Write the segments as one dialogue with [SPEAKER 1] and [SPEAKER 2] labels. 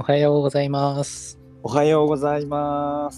[SPEAKER 1] はようございます。
[SPEAKER 2] おはようございます。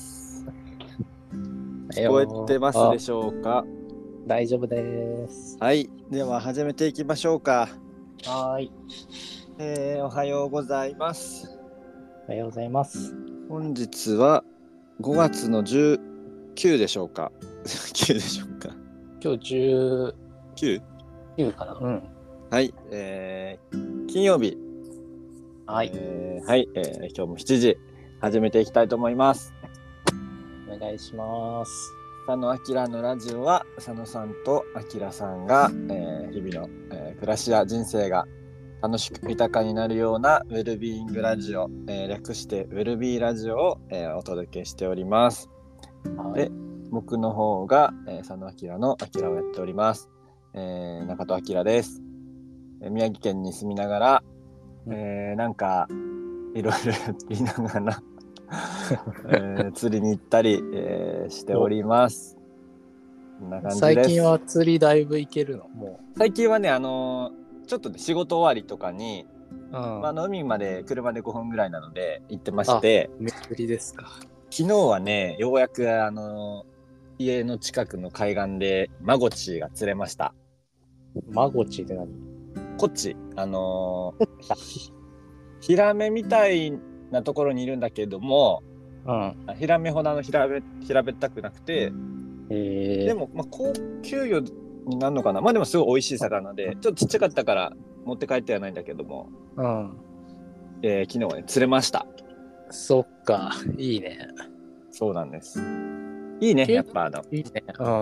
[SPEAKER 2] 聞こえてますでしょうか？
[SPEAKER 1] 大丈夫です。
[SPEAKER 2] はい、では始めていきましょうか。
[SPEAKER 1] はい。
[SPEAKER 2] おはようございます。
[SPEAKER 1] おはようございます。
[SPEAKER 2] 本日は5月の19でしょうか9でしょうか。
[SPEAKER 1] 今日19
[SPEAKER 2] 9?
[SPEAKER 1] かな。うん。
[SPEAKER 2] はい、金曜日。
[SPEAKER 1] はい。
[SPEAKER 2] はい、今日も7時始めていきたいと思います。
[SPEAKER 1] お願いします。
[SPEAKER 2] 佐野明のラジオは佐野さんと明さんが、日々の、暮らしや人生が楽しく豊かになるようなウェルビーイングラジオ、略してウェルビーラジオを、お届けしております。
[SPEAKER 1] はい、
[SPEAKER 2] で、僕の方が、佐野明の明をやっております。中戸明です。宮城県に住みながら、なんかいろいろ言いながら釣りに行ったり、しております。こんな感じです。
[SPEAKER 1] 最近は釣りだいぶ行けるの？も
[SPEAKER 2] う最近はね、ちょっと、ね、仕事終わりとかに、海まで車で5分ぐらいなので行ってまして。
[SPEAKER 1] 釣りですか。
[SPEAKER 2] 昨日はね、ようやく家の近くの海岸でマゴチが釣れました。
[SPEAKER 1] マゴチって何？
[SPEAKER 2] こっちヒラメみたいなところにいるんだけども、ヒラメほど平べったくなくて、でも、高級魚になるのかな。でもすごい美味しい魚で、ちょっとちっちゃかったから持って帰ってはないんだけども、昨日はね釣れました。
[SPEAKER 1] そっか、いいね。
[SPEAKER 2] そうなんです。いいね、やっぱ
[SPEAKER 1] いいね。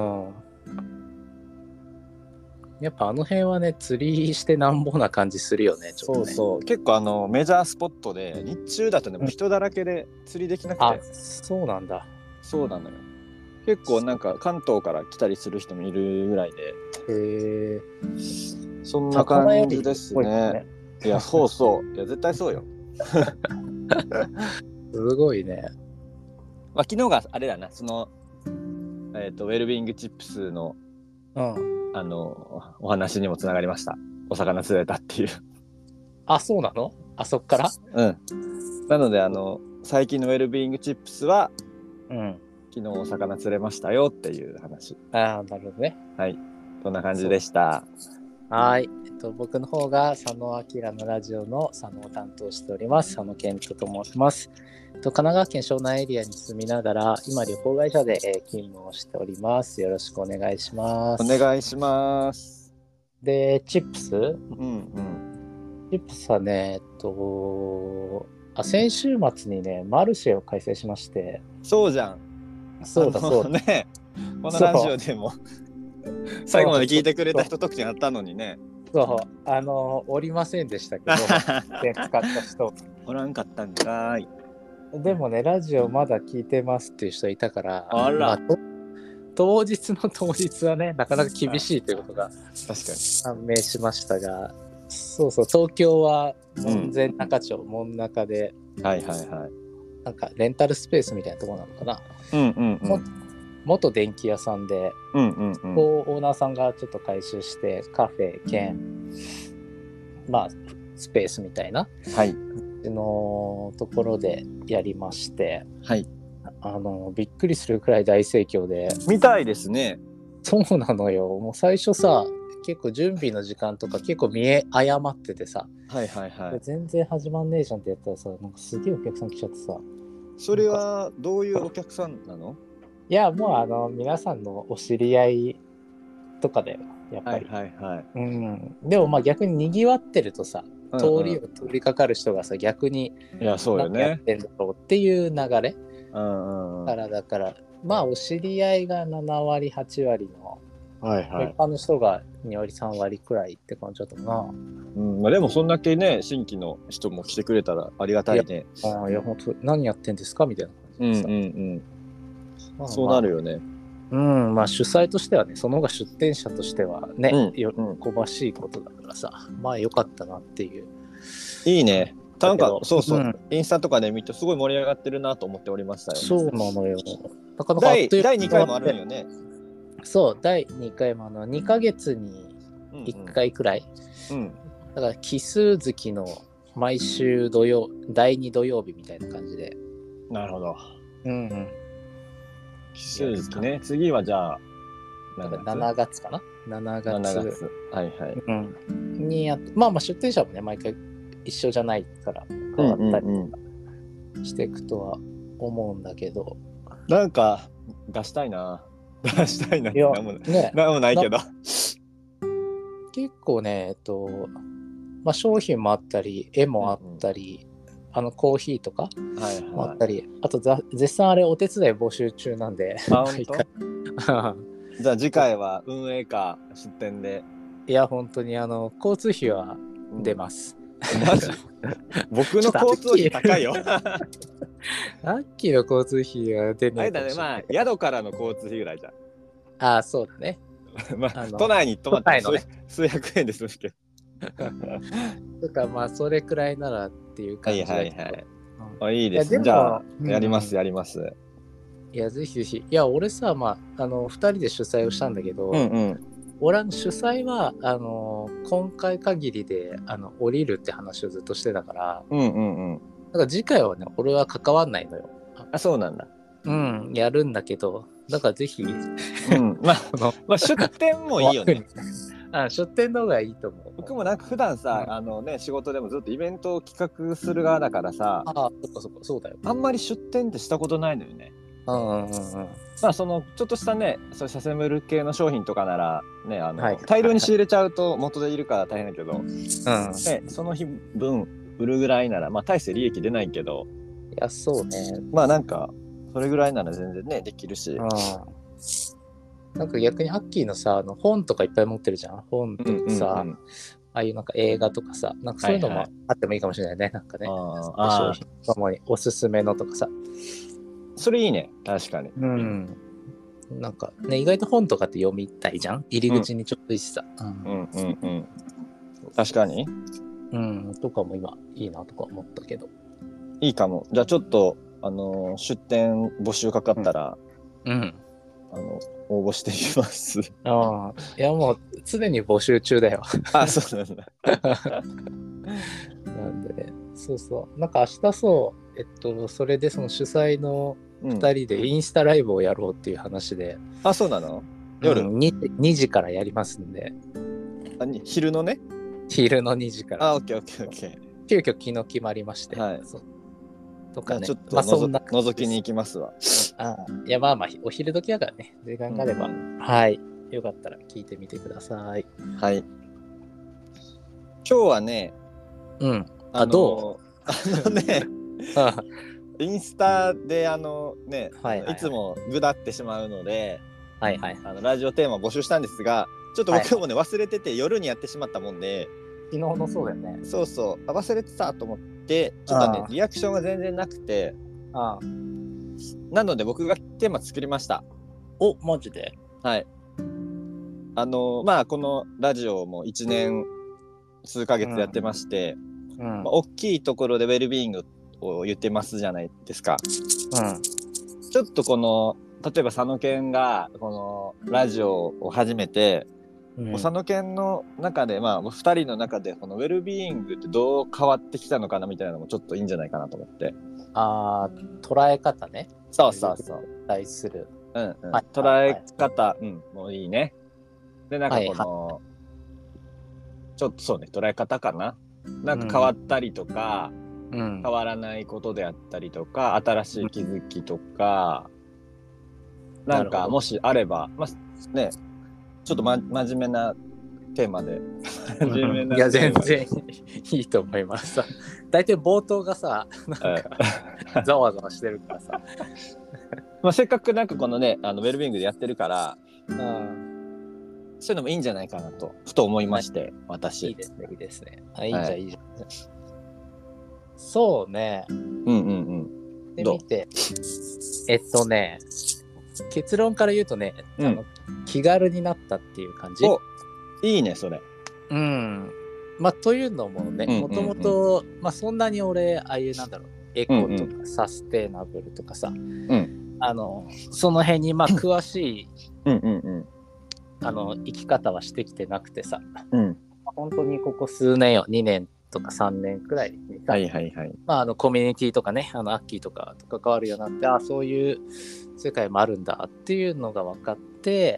[SPEAKER 1] やっぱあの辺はね、釣りしてなんぼな感じするよね。ちょっとね。
[SPEAKER 2] そう結構メジャースポットで、日中だとね、人だらけで釣りできなくて。
[SPEAKER 1] そうなんだ。
[SPEAKER 2] そうなのよ。結構なんか関東から来たりする人もいるぐらいで。そんな感じですね。いや、そう。いや、絶対そうよ。
[SPEAKER 1] すごいね。
[SPEAKER 2] 昨日があれだな、その、ウェルビーイングチップスの、お話にもつながりました。お魚釣れたっていう。
[SPEAKER 1] そうなの？そっから？
[SPEAKER 2] なので、最近のウェルビーイングチップスは、昨日お魚釣れましたよっていう話。
[SPEAKER 1] なるほどね。
[SPEAKER 2] はい。そんな感じでした。
[SPEAKER 1] はい。僕の方が佐野明のラジオの佐野を担当しております。佐野健人と申します。神奈川県湘南エリアに住みながら、今旅行会社で、勤務をしております。よろしくお願いします。
[SPEAKER 2] お願いします。
[SPEAKER 1] で、チップス？チップスはね、先週末にね、マルシェを開催しまして。
[SPEAKER 2] そうじゃん。
[SPEAKER 1] そうだね。
[SPEAKER 2] このラジオでも最後まで聞いてくれた人特典あったのにね。
[SPEAKER 1] おりませんでしたけど、使った人
[SPEAKER 2] おらんかったんかい。
[SPEAKER 1] でもね、ラジオまだ聞いてますっていう人いたから、当日の当日はね、なかなか厳しいということが判明しましたが、そう、東京は門前仲町、門中で、なんかレンタルスペースみたいなところなのかな。元電気屋さんで、オーナーさんがちょっと改修してカフェ兼スペースみたいなのところでやりまして、びっくりするくらい大盛況で。
[SPEAKER 2] みたいですね。
[SPEAKER 1] そうなのよ。もう最初さ、結構準備の時間とか結構見誤っててさ、全然始まんねえじゃんってやったらさ、なんかすげえお客さん来ちゃってさ。
[SPEAKER 2] それはどういうお客さんなの？
[SPEAKER 1] いや、もう皆さんのお知り合いとかだよ、やっぱり。でも逆に賑わってるとさ、通りかかる人がさ、逆に何やってんだろうっていう流れ。だからお知り合いが7割8割の、他の人が2割3割くらいって感じだったな。
[SPEAKER 2] でもそんだけね、新規の人も来てくれたらありがたいね。
[SPEAKER 1] いや本当何やってんですかみたいな感じでさ。
[SPEAKER 2] そうなるよね。
[SPEAKER 1] 主催としてはね、その方が出店者としてはね、喜ばしいことだからさ、良かったなっていう。
[SPEAKER 2] いいね。なんかインスタとかで見てすごい盛り上がってるなと思っておりましたよ。
[SPEAKER 1] そうなのよ。なかなか
[SPEAKER 2] 第2回もあるんよね。
[SPEAKER 1] そう、第2回も2ヶ月に1回くらい。だから奇数月の毎週土曜、第2土曜日みたいな感じで。
[SPEAKER 2] なるほど。
[SPEAKER 1] うんうん。
[SPEAKER 2] 奇数月ね。次はじゃあ、
[SPEAKER 1] 7月かな ?7 月。
[SPEAKER 2] 7月。はいはい。
[SPEAKER 1] うん。にやって、まあまあ出店者もね、毎回一緒じゃないから変わったりしていくとは思うんだけど。
[SPEAKER 2] なんか、出したいな。出したいなってなんも、
[SPEAKER 1] ね、
[SPEAKER 2] なんもないけど。
[SPEAKER 1] 結構ね、まあ、商品もあったり、絵もあったり、コーヒーとかもあったり、あと絶賛あれお手伝い募集中なんで。
[SPEAKER 2] あ、本当？じゃあ次回は運営か出店で。
[SPEAKER 1] いや、本当に交通費は出ます。
[SPEAKER 2] マジ？僕の交通費高いよ。
[SPEAKER 1] アッキーの交通費は出ない。
[SPEAKER 2] あれだね、まあ宿からの交通費ぐらいじゃん。
[SPEAKER 1] ああ、そうだね。
[SPEAKER 2] まあ都内に泊まって数百円ですけど。
[SPEAKER 1] とかまあそれくらいならっていう感じだけど。
[SPEAKER 2] はい。いいですね。じゃあやります。
[SPEAKER 1] いや、ぜひぜひ。いや、俺さ、まあ2人で主催をしたんだけど、俺主催は今回限りで降りるって話をずっとしてたから、だから次回はね、俺は関わんないのよ。
[SPEAKER 2] あ、そうなんだ。
[SPEAKER 1] やるんだけど、だからぜひ、
[SPEAKER 2] まあ出店もいいよね。
[SPEAKER 1] 出店の方がいいと思う。
[SPEAKER 2] 僕もなんか普段さ、仕事でもずっとイベントを企画する側だからさ、
[SPEAKER 1] そうだよ。
[SPEAKER 2] あんまり出店ってしたことないのよね。まあそのちょっとしたね、そういうサセムル系の商品とかならね、大量に仕入れちゃうと元でいるから大変だけど、その日分売るぐらいならまあ大して利益出ないけど、
[SPEAKER 1] いやそうね。
[SPEAKER 2] まあなんかそれぐらいなら全然ねできるし。
[SPEAKER 1] なんか逆にアッキーのさ、本とかいっぱい持ってるじゃん。本とかさ、ああいうなんか映画とかさ、なんかそういうのもあってもいいかもしれないね。なんかね、商品ともにおすすめのとかさ。
[SPEAKER 2] それいいね、確かに。
[SPEAKER 1] なんかね、意外と本とかって読みたいじゃん。入り口にちょっといいしさ。
[SPEAKER 2] 確かに。
[SPEAKER 1] とかも今いいなとか思ったけど。
[SPEAKER 2] いいかも。じゃあちょっと出店募集かかったら。応募してみます。
[SPEAKER 1] いやもう常に募集中だよ。
[SPEAKER 2] あ、そうなんだ。
[SPEAKER 1] なんでね、そうなんか明日それでその主催の2人でインスタライブをやろうっていう話で。
[SPEAKER 2] あ、そうなの？夜
[SPEAKER 1] 2時からやりますんで。
[SPEAKER 2] 昼のね？
[SPEAKER 1] 昼の2時から。
[SPEAKER 2] オッケー。
[SPEAKER 1] 急遽昨日決まりまして。とかね、
[SPEAKER 2] ちょっと覗きに行きますわ。
[SPEAKER 1] いやまあお昼時だからね、時間があれば、はい、よかったら聞いてみてください。
[SPEAKER 2] はい。今日はね、
[SPEAKER 1] ど
[SPEAKER 2] うインスタでいつもぐだってしまうので、ラジオテーマ募集したんですが、ちょっと僕もね忘れてて夜にやってしまったもんで、
[SPEAKER 1] 昨日のそうだよね。
[SPEAKER 2] そう忘れてたと思って、ちょっとねリアクションが全然なくて、なので僕がテーマ作りました。
[SPEAKER 1] お、マジで？
[SPEAKER 2] はい。まあこのラジオも1年数ヶ月やってまして、大きいところでウェルビーイングを言ってますじゃないですか。ちょっとこの例えば佐野健がこのラジオを始めて、佐野健の中でまあ2人の中でこのウェルビーイングってどう変わってきたのかなみたいなのもちょっといいんじゃないかなと思って。
[SPEAKER 1] 捉え方ね。
[SPEAKER 2] そう
[SPEAKER 1] 対する
[SPEAKER 2] 捉え方、もういいね。でなんかこの、ちょっとそうね、捉え方かな。なんか変わったりとか、変わらないことであったりとか、新しい気づきとか、なんかもしあれば、まあね、ちょっと真面目なテーマで。
[SPEAKER 1] いや全然いいと思います。大体冒頭がさ、なんかざわざわしてるからさ。
[SPEAKER 2] まあせっかくなんかこのねウェルビーイングでやってるから、そういうのもいいんじゃないかなとふと思いまして、私。いいですね。いいじゃん。そうね。で見て、結論から言うとね、気軽になったっていう感じ。 いいねそれ。
[SPEAKER 1] まあというのもね、もともとまあそんなに俺ああいうエコとかサステナブルとかさ、その辺にまあ詳しい生き方はしてきてなくてさ、本当にここ数年よ、2年とか3年くらいにさ、
[SPEAKER 2] はいはいはい。
[SPEAKER 1] まあ、コミュニティとかね、アッキーとかと関わるようになって、そういう世界もあるんだっていうのが分かって、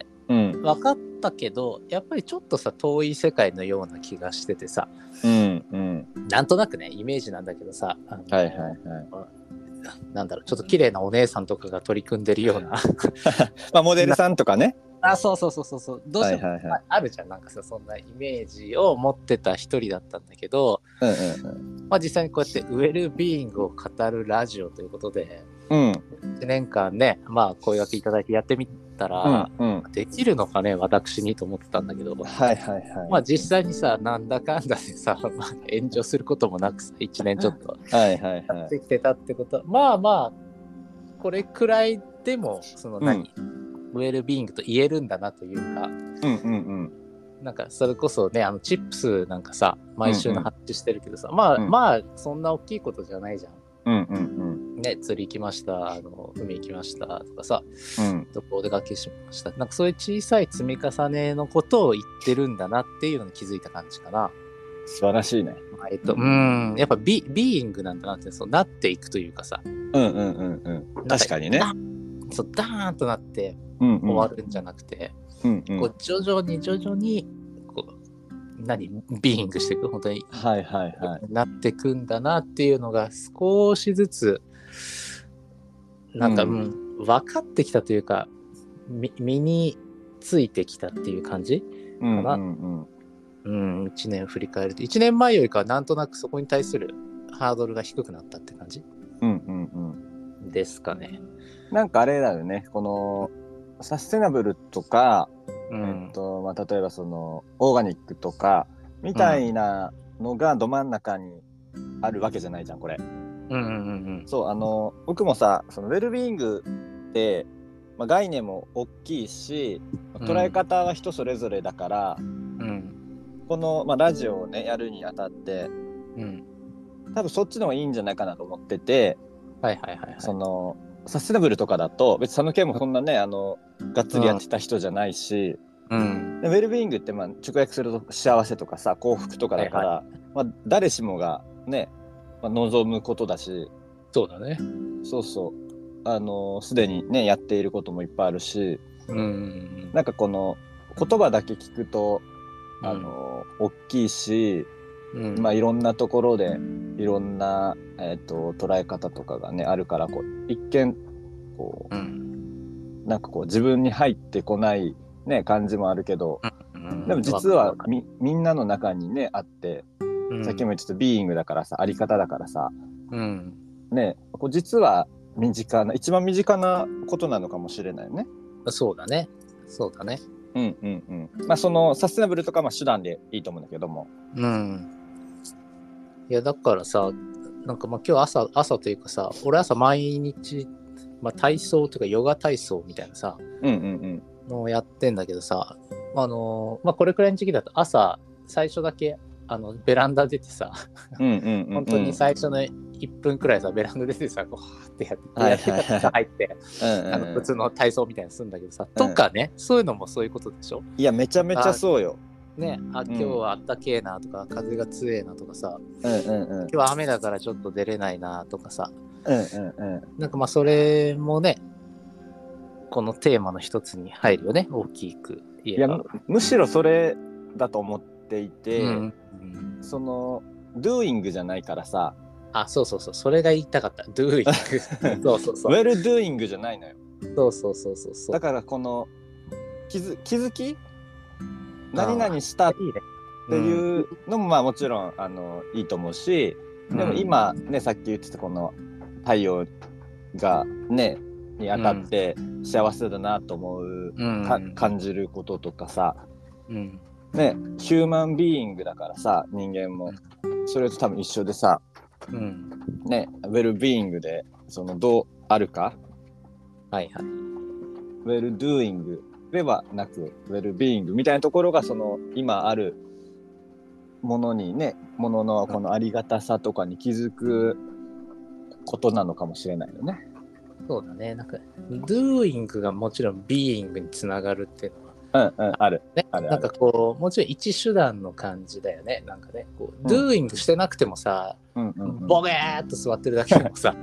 [SPEAKER 1] 分かったけど、やっぱりちょっとさ、遠い世界のような気がしててさ、なんとなくね、イメージなんだけどさ、なんだろう、ちょっと綺麗なお姉さんとかが取り組んでるような
[SPEAKER 2] まあモデルさんとかね。
[SPEAKER 1] そうどうしてもあるじゃん、なんかさ、そんなイメージを持ってた一人だったんだけど、まあ実際にこうやってウェルビーイングを語るラジオということで、1年間ね、まあ声掛けいただいてやってみたら、できるのかね、私にと思ってたんだけど、まあ実際にさ、なんだかんだでさ、まあ、炎上することもなくさ、1年ちょっとやってきてたってことは、まあまあ、これくらいでも、そのウェルビーイングと言えるんだなというか、なんかそれこそね、チップスなんかさ、毎週の発注してるけどさ、まあ、そんな大きいことじゃないじゃん。ね、釣り行きました、海行きましたとかさ、どこお出かけしました。なんかそういう小さい積み重ねのことを言ってるんだなっていうのに気づいた感じかな。
[SPEAKER 2] 素晴らしいね。
[SPEAKER 1] やっぱビーイングなんだなって、そうなっていくというかさ。
[SPEAKER 2] 確かにね。
[SPEAKER 1] そうダーンとなって終わるんじゃなくて、こう徐々にこうビーイングしていく、本当になっていくんだなっていうのが少しずつなんか、分かってきたというか、身についてきたっていう感じかな。1年振り返ると1年前よりかはなんとなくそこに対するハードルが低くなったって感じですかね。
[SPEAKER 2] なんかあれだよね、このサステナブルとか、まあ、例えばそのオーガニックとかみたいなのがど真ん中にあるわけじゃないじゃんこれ。そう僕もさ、そのウェルビーイングって、まあ、概念も大きいし捉え方は人それぞれだから、この、まあ、ラジオをねやるにあたって、多分そっちの方がいいんじゃないかなと思ってて、そのサステナブルとかだと別に佐野健もそんなねがっつりやってた人じゃないし、でウェルビーイングってまあ直訳すると幸せとかさ幸福とかだから、まあ、誰しもがね、まあ、望むことだし、
[SPEAKER 1] そうだね。
[SPEAKER 2] すでにねやっていることもいっぱいあるし、なんかこの言葉だけ聞くと大きいし、まあいろんなところでいろんな、捉え方とかがねあるから、こう一見こう、なんかこう自分に入ってこないね感じもあるけど、でも実はみんなの中にねあって、さっきも言ってたビーイングだからさ、あり方だからさ、ね、こう実は一番身近なことなのかもしれないよね。
[SPEAKER 1] そうだね。
[SPEAKER 2] まあそのサステナブルとかは手段でいいと思うんだけども。
[SPEAKER 1] いやだからさ、なんかまあ今日朝というかさ、俺朝毎日、まあ、体操というかヨガ体操みたいなさ、のをやってんだけどさ、まあこれくらいの時期だと朝最初だけベランダ出てさ、本当に最初の1分くらいさベランダ出てさこうってやってからさ入って普通の体操みたいにするんだけどさ、とかね、そういうのもそういうことでしょ。
[SPEAKER 2] いやめちゃめちゃそうよ。
[SPEAKER 1] ね、今日はあったけえなとか、風が強えなとかさ、今日は雨だからちょっと出れないなとかさ、なんかまあそれもねこのテーマの一つに入るよね、大きく言えば。いや
[SPEAKER 2] むしろそれだと思っていて、その doing じゃないからさ。
[SPEAKER 1] そうそれが言いたかった。doing
[SPEAKER 2] そうwell doing じゃないのよ。
[SPEAKER 1] そう
[SPEAKER 2] だからこの気づき何々したっていうのもまあもちろんいいと思うし、でも今ねさっき言ってたこの太陽がねに当たって幸せだなと思う、感じることとかさ、ねヒューマンビーイングだからさ人間もそれと多分一緒でさ、ねウェルビーイングでそのどうあるか、ウェルドゥーイングではなくウェルビーイングみたいなところがその今あるものにね、もののこのありがたさとかに気づくことなのかもしれないよね。
[SPEAKER 1] そうだね。なんか doing がもちろん being につながるっていうのは
[SPEAKER 2] うんうん、ある。
[SPEAKER 1] ね、
[SPEAKER 2] あるある。
[SPEAKER 1] なんかこうもちろん一手段の感じだよね。なんかね、こう、doing してなくてもさ、ボゲーっと座ってるだけでもさ、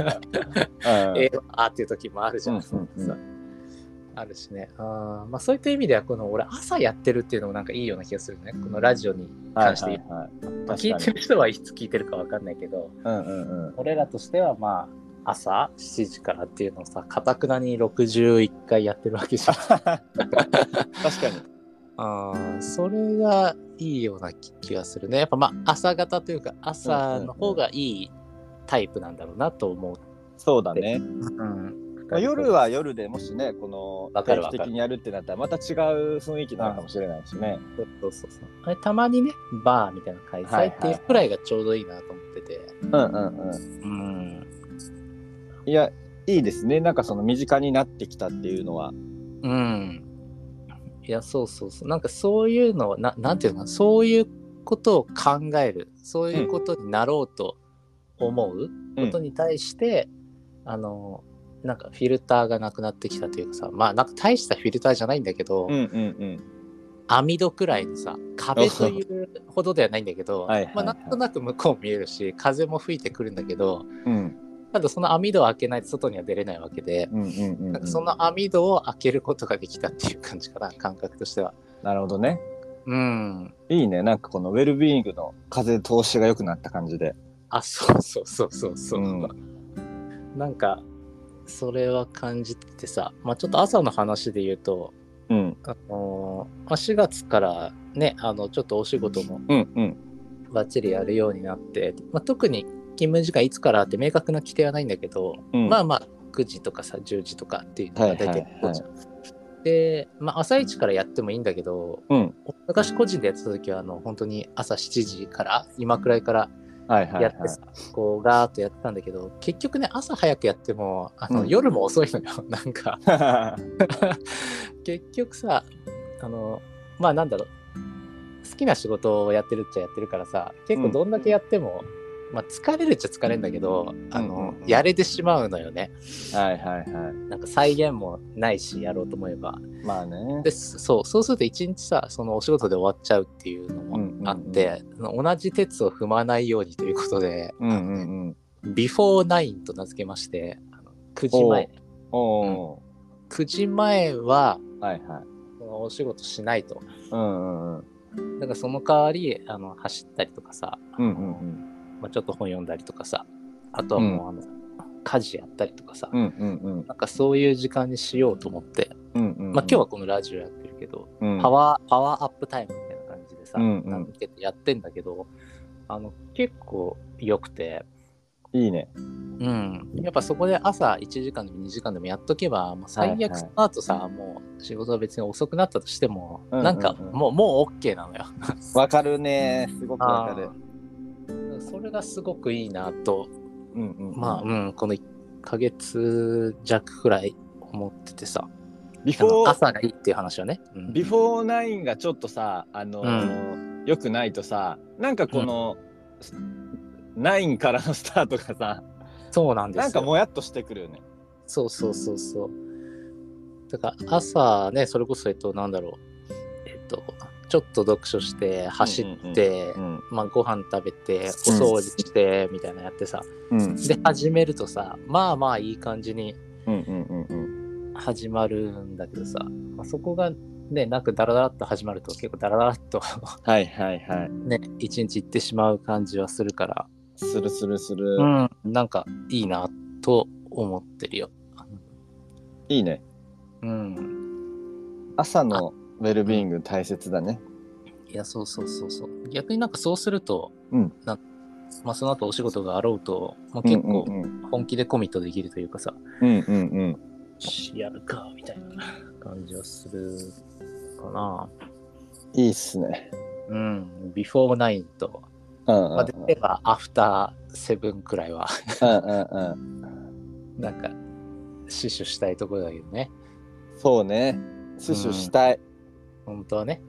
[SPEAKER 1] っていう時もあるじゃん。あるしね。まあそういった意味ではこの俺朝やってるっていうのもなんかいいような気がするね。このラジオに関して言う、聞いてる人はいつ聞いてるかわかんないけど、俺らとしてはまあ朝7時からっていうのをさ、かたくなに61回やってるわけじゃん。
[SPEAKER 2] 確か
[SPEAKER 1] に。それがいいような気がするね。やっぱまあ朝方というか朝の方がいいタイプなんだろうなと思う。
[SPEAKER 2] そうだね。夜は夜でもしね、この定期的にやるってなったらまた違う雰囲気なのかもしれないしね。
[SPEAKER 1] そう。あれたまにね、バーみたいな開催っていうくらいがちょうどいいなと思ってて。
[SPEAKER 2] いや、いいですね。なんかその身近になってきたっていうのは。
[SPEAKER 1] いや、そう。なんかそういうのをなんていうのかな、そういうことを考える、そういうことになろうと思うことに対して、なんかフィルターがなくなってきたというかさ、まあなんか大したフィルターじゃないんだけど、網戸くらいのさ、壁というほどではないんだけど、まあなんとなく向こう見えるし、風も吹いてくるんだけど、ただその網戸を開けないと外には出れないわけで、なんかその網戸を開けることができたっていう感じかな、感覚としては。
[SPEAKER 2] なるほどね。いいね。なんかこのウェルビーイングの風通しが良くなった感じで。
[SPEAKER 1] そう。なんかそれは感じててさ、まあちょっと朝の話で言うと、4月からね、ちょっとお仕事もバッチリやるようになって、まあ、特に勤務時間いつからって明確な規定はないんだけど、まあ9時とかさ10時とかっていうのが大体で、まあ朝一からやってもいいんだけど、昔個人でやってた時は本当に朝7時から今くらいからやってさ、こうガーッとやってたんだけど、結局ね朝早くやっても夜も遅いのよ。なんか結局さ、まあなんだろう、好きな仕事をやってるっちゃやってるからさ、結構どんだけやっても、まあ疲れるっちゃ疲れるんだけど、やれてしまうのよね。なんか再現もないし、やろうと思えば。まあね。で、そうすると一日さ、そのお仕事で終わっちゃうっていうのもあって、同じ鉄を踏まないようにということで、ビフォー9と名付けまして、9時前。9時前は、お仕事しないと。だからその代わり走ったりとかさ、まあ、ちょっと本読んだりとかさ、あとはもう家事やったりとかさ、なんかそういう時間にしようと思って、まあ今日はこのラジオやってるけど、パワーアップタイムみたいな感じでさ、やってんだけど、結構良くて、
[SPEAKER 2] いいね。
[SPEAKER 1] やっぱそこで朝1時間でも2時間でもやっとけば、もう最悪その後さ、もう仕事は別に遅くなったとしても、なんかもう OK なのよ。
[SPEAKER 2] わかるね。すごくわかる。
[SPEAKER 1] それがすごくいいなと、まあ、この1ヶ月弱くらい思っててさ、朝がいいっていう話はね。
[SPEAKER 2] ビフォー9がちょっとさ、良くないとさ、なんかこの、9からのスタートがさ、
[SPEAKER 1] そうなんですよ。
[SPEAKER 2] なんかもやっとしてくるよね。
[SPEAKER 1] そう。だから朝ね、それこそなんだろう、ちょっと読書して走って、まあご飯食べてお掃除してみたいなやってさ、で始めるとさ、まあいい感じに始まるんだけどさ、まあ、そこがね、なんかダラダラっと始まると結構ダラダラっとね、一日行ってしまう感じはするから、する、なんかいいなと思ってるよ。
[SPEAKER 2] いいね。朝のウェルビーイング大切だね。
[SPEAKER 1] いや、そう。逆になんかそうすると、まあその後お仕事があろうと、まあ、結構本気でコミットできるというかさ、やるかみたいな感じはするかな。
[SPEAKER 2] いいっすね。
[SPEAKER 1] ビフォー9と、まあ、できればアフター7くらいはなんか死守したいところだけどね。
[SPEAKER 2] そうね。死守したい。
[SPEAKER 1] 本当はね。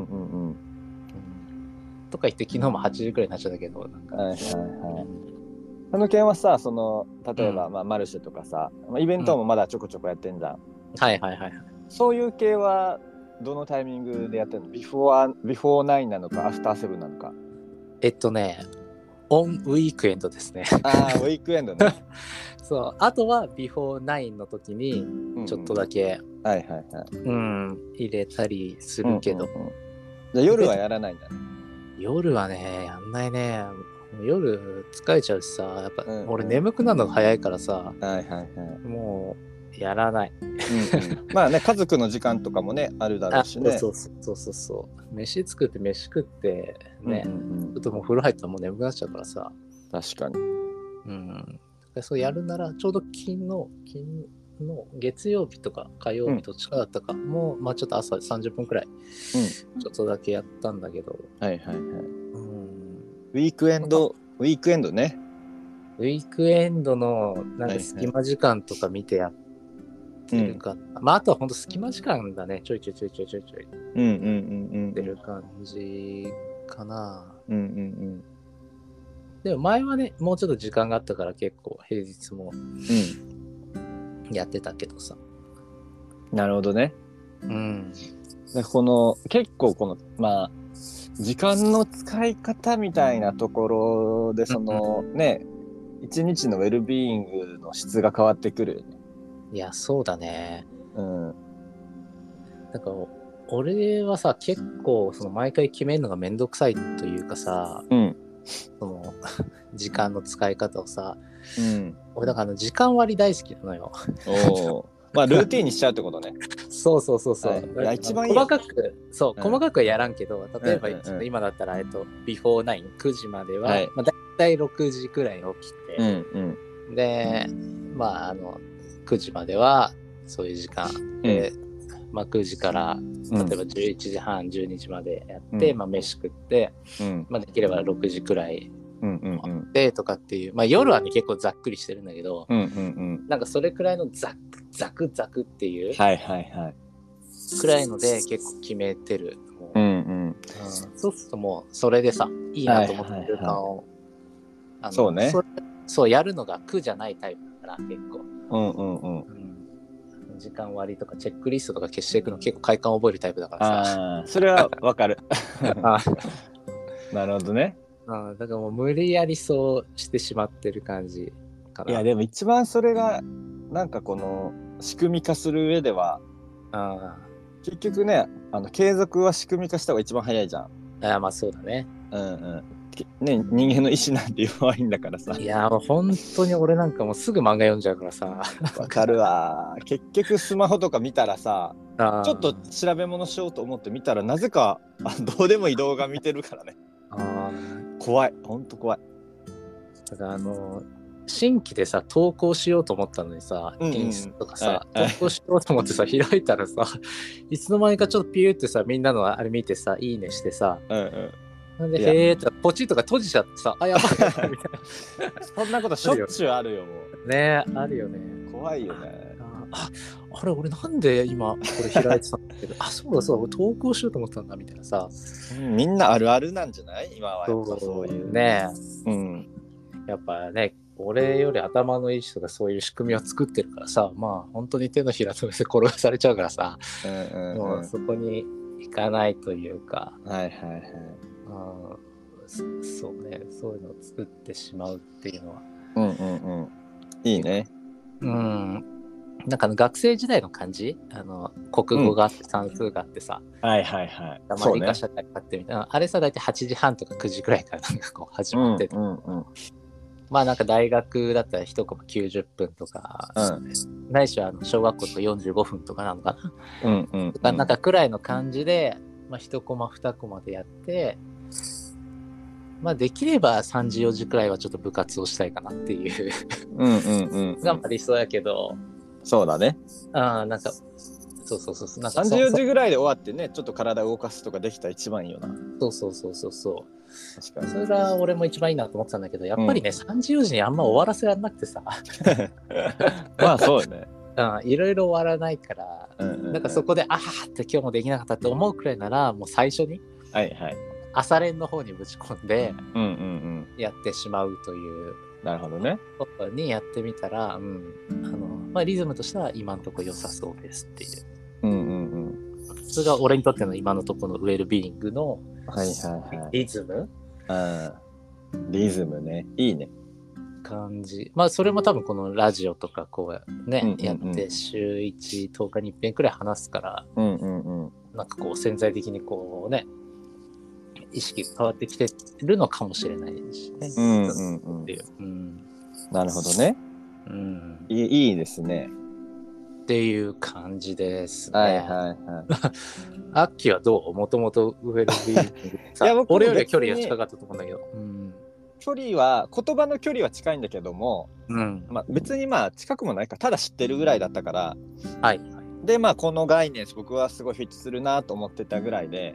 [SPEAKER 1] とか言って昨日も8時くらいになっちゃったけど、なんか。
[SPEAKER 2] 件はさ、その例えば、まあマルシェとかさ、イベントもまだちょこちょこやってんじゃん。
[SPEAKER 1] はい。
[SPEAKER 2] そういう系はどのタイミングでやってるの？ビフォー9なのかアフター7なのか？
[SPEAKER 1] オンウィークエンドですね。
[SPEAKER 2] ああ、ウィークエンドね。
[SPEAKER 1] そう、あとはビフォー9の時にちょっとだけ、
[SPEAKER 2] はいはいはい。
[SPEAKER 1] 入れたりするけど、
[SPEAKER 2] じゃあ夜はやらないんだね。
[SPEAKER 1] 夜はね、やんないね。夜疲れちゃうしさ、やっぱ、俺眠くなるのが早いからさ、
[SPEAKER 2] はいはいはい。
[SPEAKER 1] もうやらない。
[SPEAKER 2] まあね、家族の時間とかもね、あるだろうしね。
[SPEAKER 1] そう。飯作ってね、ちょっともう風呂入ったらもう眠くなっちゃうからさ。
[SPEAKER 2] 確かに。
[SPEAKER 1] そうやるなら、ちょうど月曜日とか火曜日どっちかだったか、もう、まあちょっと朝30分くらい、ちょっとだけやったんだけど。
[SPEAKER 2] はいはいはい。ウィークエンドね。
[SPEAKER 1] ウィークエンドのなんか隙間時間とか見てやってるか、まああとはほんと隙間時間だね、ちょい。ってる感じかな。でも前はね、もうちょっと時間があったから結構平日もやってたけどさ。
[SPEAKER 2] なるほどね。この結構このまあ時間の使い方みたいなところでそのね、一日のウェルビーイングの質が変わってくるよね。
[SPEAKER 1] いや、そうだね。なんか俺はさ、結構その毎回決めるのがめんどくさいというかさ、その時間の使い方をさ、俺だから時間割大好きなのよ。
[SPEAKER 2] まあルーティンにしちゃうってことね。
[SPEAKER 1] そう。
[SPEAKER 2] いや一番いいよ。
[SPEAKER 1] 細かくはやらんけど、例えば今だったらビフォー9、9時までは、まあだいたい6時くらいに起きて、で、まあ9時まではそういう時間で、まあ9時から例えば11時半、12時までやって、まあ飯食って、まあできれば6時くらいでとかっていう、まあ夜はね結構ざっくりしてるんだけど、なんかそれくらいのザクっていうくらいので結構決めてる。そうするともうそれでさ、いいなと思ってる時間を、
[SPEAKER 2] そうね。
[SPEAKER 1] そうやるのが苦じゃないタイプだから結構。時間割とかチェックリストとか消していくの結構快感を覚えるタイプだからさ。
[SPEAKER 2] それはわかる。なるほどね。
[SPEAKER 1] だからもう無理やりそうしてしまってる感じかな。
[SPEAKER 2] いやでも一番それがなんかこの仕組み化する上では結局ね、継続は仕組み化した方が一番早いじゃん。
[SPEAKER 1] まあそうだね。
[SPEAKER 2] ね、人間の意志なんて弱いんだからさ。
[SPEAKER 1] いやもう本当に俺なんかもうすぐ漫画読んじゃうからさ。
[SPEAKER 2] わかるわ。結局スマホとか見たらさ、ちょっと調べ物しようと思って見たらなぜかどうでもいい動画見てるからね。怖い、ほんと怖い。
[SPEAKER 1] だから新規でさ投稿しようと思ったのにさ、インスタとかさ、投稿しようと思ってさ開いたらさ、いつの間にかちょっとピューってさ、みんなのあれ見てさ、いいねしてさ、なんでへーってポチッとか閉じちゃってさ、やばいみたいな。
[SPEAKER 2] そんなことしょっちゅうあるよも
[SPEAKER 1] う。ね、あるよね。
[SPEAKER 2] 怖いよね。
[SPEAKER 1] あれ俺なんで今これ開いてたんだけど、そう俺投稿しようと思ったんだみたいなさ。
[SPEAKER 2] みんなあるあるなんじゃない？今はやっぱそういう
[SPEAKER 1] ね。やっぱね、俺より頭のいい人がそういう仕組みを作ってるからさ、まあ本当に手のひらとめて転がされちゃうからさ、もうそこに行かないというか、そうね、そういうのを作ってしまうっていうのは、
[SPEAKER 2] いいね。
[SPEAKER 1] なんか学生時代の感じ、国語があって算数があってさ、理科社会があってみたいな、あれさ大体8時半とか9時くらいからなんかこう始まってて、まあなんか大学だったら1コマ90分とか、ないしは小学校とか45分とかなのかな、なんかくらいの感じで、まあ、1コマ2コマでやって、まあできれば3時4時くらいはちょっと部活をしたいかなっていうが理想やけど、
[SPEAKER 2] そうだね。
[SPEAKER 1] なんかそうなんか
[SPEAKER 2] 3時4時ぐらいで終わってね、ちょっと体を動かすとかできたら一番いいよな。
[SPEAKER 1] そう確かにそれが俺も一番いいなと思ってたんだけど、やっぱりね、3時4時にあんま終わらせられなくてさ
[SPEAKER 2] まあそうね。
[SPEAKER 1] いろいろ終わらないから、なんかそこでって今日もできなかったって思うくらいなら、もう最初に朝練の方にぶち込んでやってしまうという、
[SPEAKER 2] なるほどね。
[SPEAKER 1] ことにやってみたら、まあ、リズムとしては今のところ良さそうですっていう。 つが俺にとっての今のところのウェルビーイングのリズム、
[SPEAKER 2] リズムね、いいね。
[SPEAKER 1] 感じ。まあそれも多分このラジオとかこうね、やって週1、10日に1遍くらい話すから、なんかこう潜在的にこうね、意識が変わってきてるのかもしれないしね。
[SPEAKER 2] なるほどね。いいですね。
[SPEAKER 1] っていう感じですね。アッキーはどう？もともとウェルビーイング俺より距離が近かったと思うんだけど。
[SPEAKER 2] 距離は言葉の距離は近いんだけども、別にまあ近くもないからただ知ってるぐらいだったから、でまあこの概念僕はすごいフィットするなと思ってたぐらいで、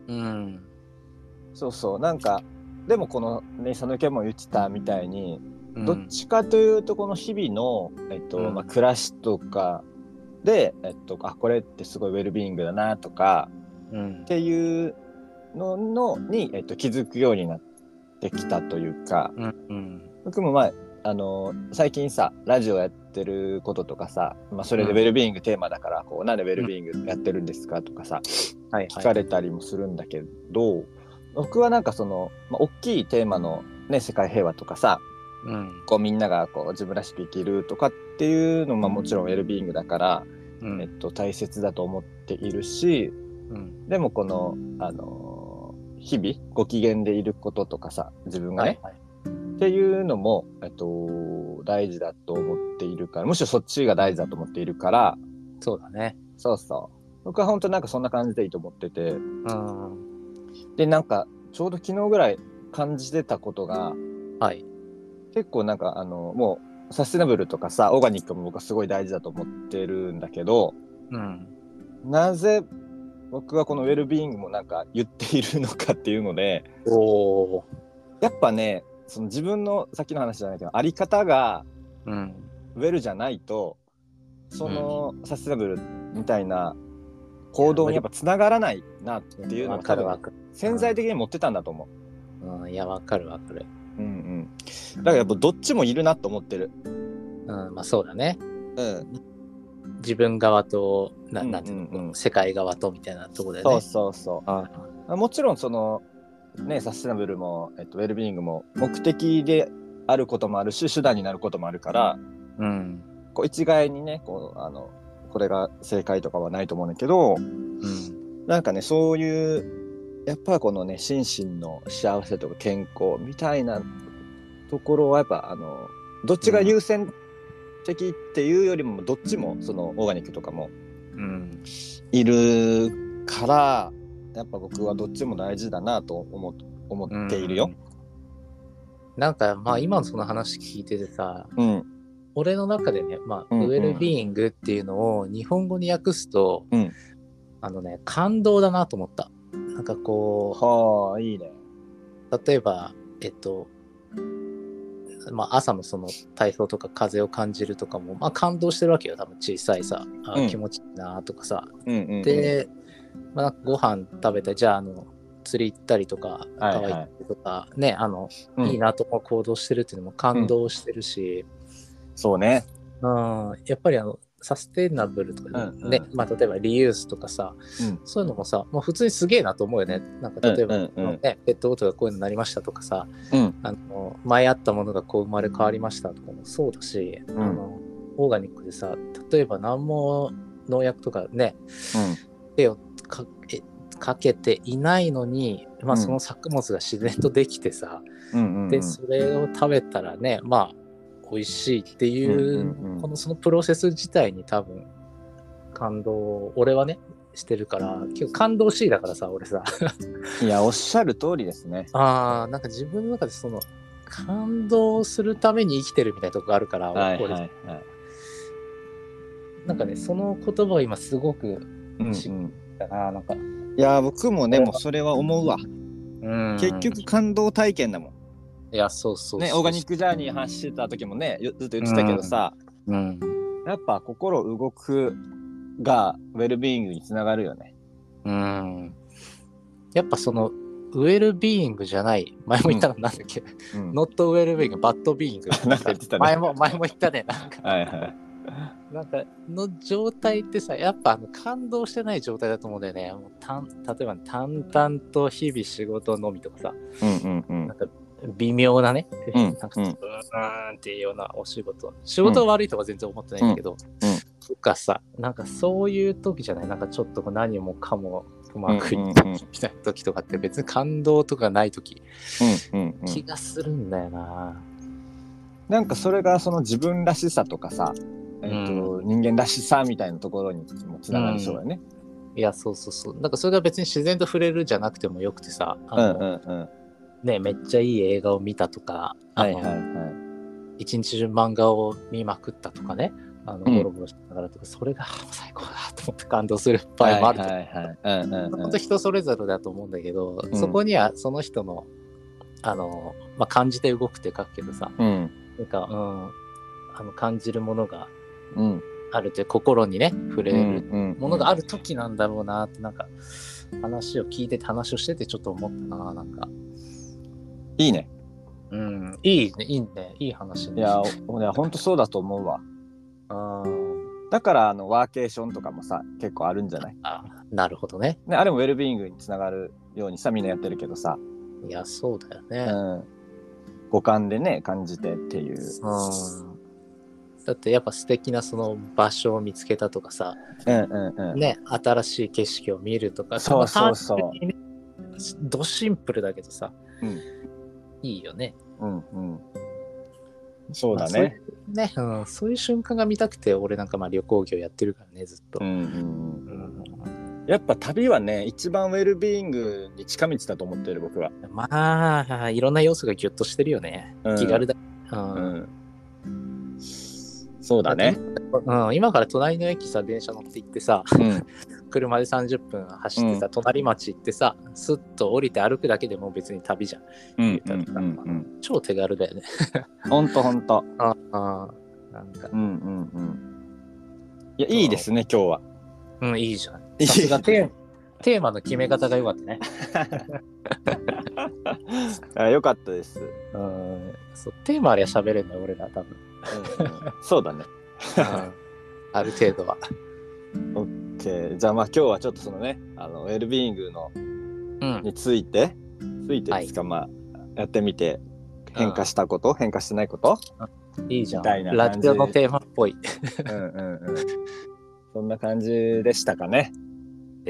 [SPEAKER 2] そうそう、なんかでもこのね佐野家も言ってたみたいに、どっちかというとこの日々のまあ暮らしとかでこれってすごいウェルビーイングだなとか、っていうのに気づくようになってきたというか、僕もまあ最近さラジオやってることとかさ、まあ、それでウェルビーイングテーマだからこうなんでウェルビーイングやってるんですかとかさ、聞かれたりもするんだけど、僕はなんかその、まあ、大きいテーマのね世界平和とかさ、こうみんながこう自分らしく生きるとかっていうのももちろんウェルビーイングだから、大切だと思っているし、でもこの日々ご機嫌でいることとかさ自分がね、っていうのも、大事だと思っているから、むしろそっちが大事だと思っているから。
[SPEAKER 1] そうだね。
[SPEAKER 2] そうそう。僕は本当なんかそんな感じでいいと思ってて、でなんかちょうど昨日ぐらい感じてたことが、結構なんかもうサステナブルとかさオーガニックも僕はすごい大事だと思ってるんだけど、なぜ僕はこのウェルビーイングもなんか言っているのかっていうので、やっぱねその自分のさっきの話じゃないけどあり方がウェルじゃないと、そのサステナブルみたいな行動にやっぱつながらないなっていうのが多分潜在的に持ってたんだと思
[SPEAKER 1] う。いやわかる。だ
[SPEAKER 2] からやっぱどっちもいるなと思ってる。
[SPEAKER 1] まあそうだね。自分側となんていうの、世界側とみたいなところでね。そう
[SPEAKER 2] もちろんそのねサステナブルもウェルビーイングも目的であることもあるし手段になることもあるから、こう一概にねこれが正解とかはないと思うんだけど、なんかねそういうやっぱこのね心身の幸せとか健康みたいなところはやっぱどっちが優先的っていうよりもどっちもそのオーガニックとかもいるから、やっぱ僕はどっちも大事だなと思っているよ。
[SPEAKER 1] なんかまあ今のその話聞いててさ、俺の中でね、まあウェルビーイングっていうのを日本語に訳すと、感動だなと思った。なんかこう、
[SPEAKER 2] いいね。
[SPEAKER 1] 例えばまあ朝のその体操とか風を感じるとかもまあ感動してるわけよ。多分小さいさ、気持ちいいなとかさ、で、まあ、ご飯食べたりじゃあ釣り行ったりとか川行ったりとかね、いいなと思う行動してるっていうのも感動してるし、
[SPEAKER 2] そうね。
[SPEAKER 1] やっぱりサステナブルとかね、まあ例えばリユースとかさ、そういうのもさ、もう普通にすげえなと思うよね。なんか例えば、ペットボトルがこういうのになりましたとかさ、前あったものがこう生まれ変わりましたとかもそうだし、オーガニックでさ、例えば何も農薬とかね、手をかけていないのに、まあその作物が自然とできてさ、でそれを食べたらね、まあ美味しいっていう、そのプロセス自体に多分感動を俺はねしてるから、結構感動しいだからさ俺さ
[SPEAKER 2] いやおっしゃる通りですね。
[SPEAKER 1] なんか自分の中でその感動するために生きてるみたいなとこがあるから、俺なんかねその言葉が今すごくしっだな、なんか
[SPEAKER 2] いや僕もねもうそれは思うわ。結局感動体験だもん。
[SPEAKER 1] いやそう
[SPEAKER 2] ね、オーガニックジャーニー走ってた時もねずっと言ってたけどさ、やっぱ心動くがウェルビーイングにつながるよね。
[SPEAKER 1] やっぱそのウェルビーイングじゃない前も言ったのなんだっけ、ノットウェルビーイングバッドビーイング
[SPEAKER 2] なんか言ってたね。
[SPEAKER 1] 前も言ったねなんかなんかの状態ってさ、やっぱ感動してない状態だと思うんだよね。もう例えば淡々と日々仕事のみとかさ、なんか微妙なね、なんかうーんっていうようなお仕事。仕事が悪いとか全然思ってないんだけど、とかさ、なんかそういう時じゃない、なんかちょっと何もかもうまくいったみたいな時とかって別に感動とかない時、気がするんだよな。
[SPEAKER 2] なんかそれがその自分らしさとかさ、人間らしさみたいなところにもつながりそうだよね。
[SPEAKER 1] いや、そうそうそう。なんかそれが別に自然と触れるじゃなくてもよくてさ、ね、めっちゃいい映画を見たとか、一日中漫画を見まくったとかね、ボロボロしながらとか、それが最高だと思って感動する場合もあると。本当人それぞれだと思うんだけど、そこにはその人の感じて動くって書くけどさ、なんか、感じるものがあるという、心にね触れるものがある時なんだろうなって、なんか話を聞いてて話をしててちょっと思ったな。なんか
[SPEAKER 2] いいね。
[SPEAKER 1] いいね、いい話、ね。
[SPEAKER 2] いや、ほんとそうだと思うわ。だからワーケーションとかもさ結構あるんじゃない？
[SPEAKER 1] なるほどね。
[SPEAKER 2] あれもウェルビーイングにつながるようにさみんなやってるけどさ。
[SPEAKER 1] いや、そうだよね。
[SPEAKER 2] 五感でね感じてっていう。
[SPEAKER 1] だってやっぱ素敵なその場所を見つけたとかさ、ね、新しい景色を見るとか、
[SPEAKER 2] そう、
[SPEAKER 1] ドシンプルだけどさ、いいよね。
[SPEAKER 2] そうだね。
[SPEAKER 1] そういう瞬間が見たくて、俺なんか旅行業やってるからね、ずっと。
[SPEAKER 2] やっぱ旅はね、一番ウェルビーイングに近道だと思ってる僕は。
[SPEAKER 1] まあ、いろんな要素がギュッとしてるよね。気軽だ。
[SPEAKER 2] そうだね。
[SPEAKER 1] 今から隣の駅さ、電車乗って行ってさ、車で30分走ってさ、隣町行ってさ、スッと降りて歩くだけでも別に旅じゃん。超手軽だよね。
[SPEAKER 2] ほんと。なんか。いや、いいですね、今日は。
[SPEAKER 1] いいじゃん。さすがテーマの決め方が良かったね。
[SPEAKER 2] よかったです。
[SPEAKER 1] そう、テーマありゃ喋れんだ、俺ら多分。
[SPEAKER 2] そうだね。
[SPEAKER 1] ある程度は。
[SPEAKER 2] じゃあ今日はちょっとそのね、ウェルビーイングの、についてですか、やってみて変化したこと、変化してないこと、
[SPEAKER 1] いいじゃん。ラジオのテーマっぽい。
[SPEAKER 2] そんな感じでしたかね。
[SPEAKER 1] です。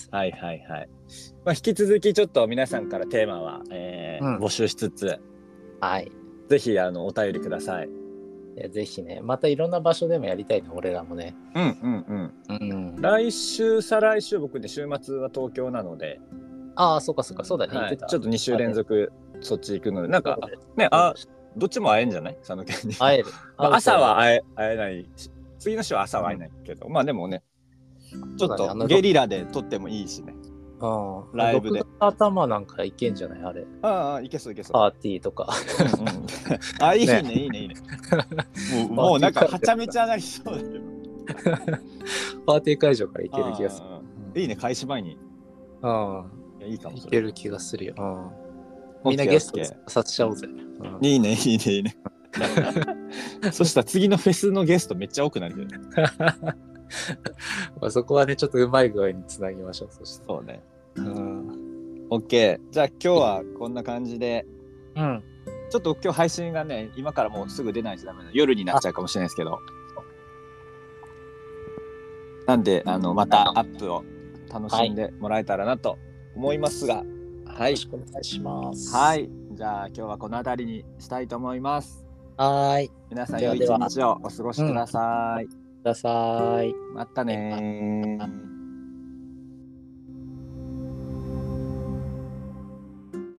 [SPEAKER 2] はい。引き続きちょっと皆さんからテーマは、募集しつつ、ぜひお便りください。
[SPEAKER 1] いや、ぜひね、またいろんな場所でもやりたいね、俺らもね。
[SPEAKER 2] 来週再来週僕ね、週末は東京なので。
[SPEAKER 1] そうか、そうだね、言ってた。
[SPEAKER 2] ちょっと2週連続そっち行くので、なんかね、どっちも会えんじゃない？佐野県に。
[SPEAKER 1] 会える。
[SPEAKER 2] 朝は会えないし、次の週は朝は会えないけど、でもね、ちょっとゲリラで撮ってもいいしね。ライブで。
[SPEAKER 1] 頭なんかいけんじゃないあれ。
[SPEAKER 2] いけそう。
[SPEAKER 1] パーティーとか。
[SPEAKER 2] いいね。もうなんかはちゃめちゃなりそうだけど。
[SPEAKER 1] パーティー会場からいける気がす
[SPEAKER 2] る。いいね、開始前に。いいかもしれない。
[SPEAKER 1] いける気がするよ。みんなゲストさせちゃおうぜ。
[SPEAKER 2] いいね。そしたら次のフェスのゲストめっちゃ多くなるよね。
[SPEAKER 1] そこはね、ちょっとうまい具合につなぎましょう。
[SPEAKER 2] そうね。OK。じゃあ今日はこんな感じで、ちょっと今日配信がね、今からもうすぐ出ないとダメな夜になっちゃうかもしれないですけど、なんでまたアップを楽しんでもらえたらなと思いますが、よ
[SPEAKER 1] ろしくお願いします。
[SPEAKER 2] じゃあ今日はこの辺りにしたいと思います。皆さん良い一日をお過ごしください。
[SPEAKER 1] またね。
[SPEAKER 2] またね。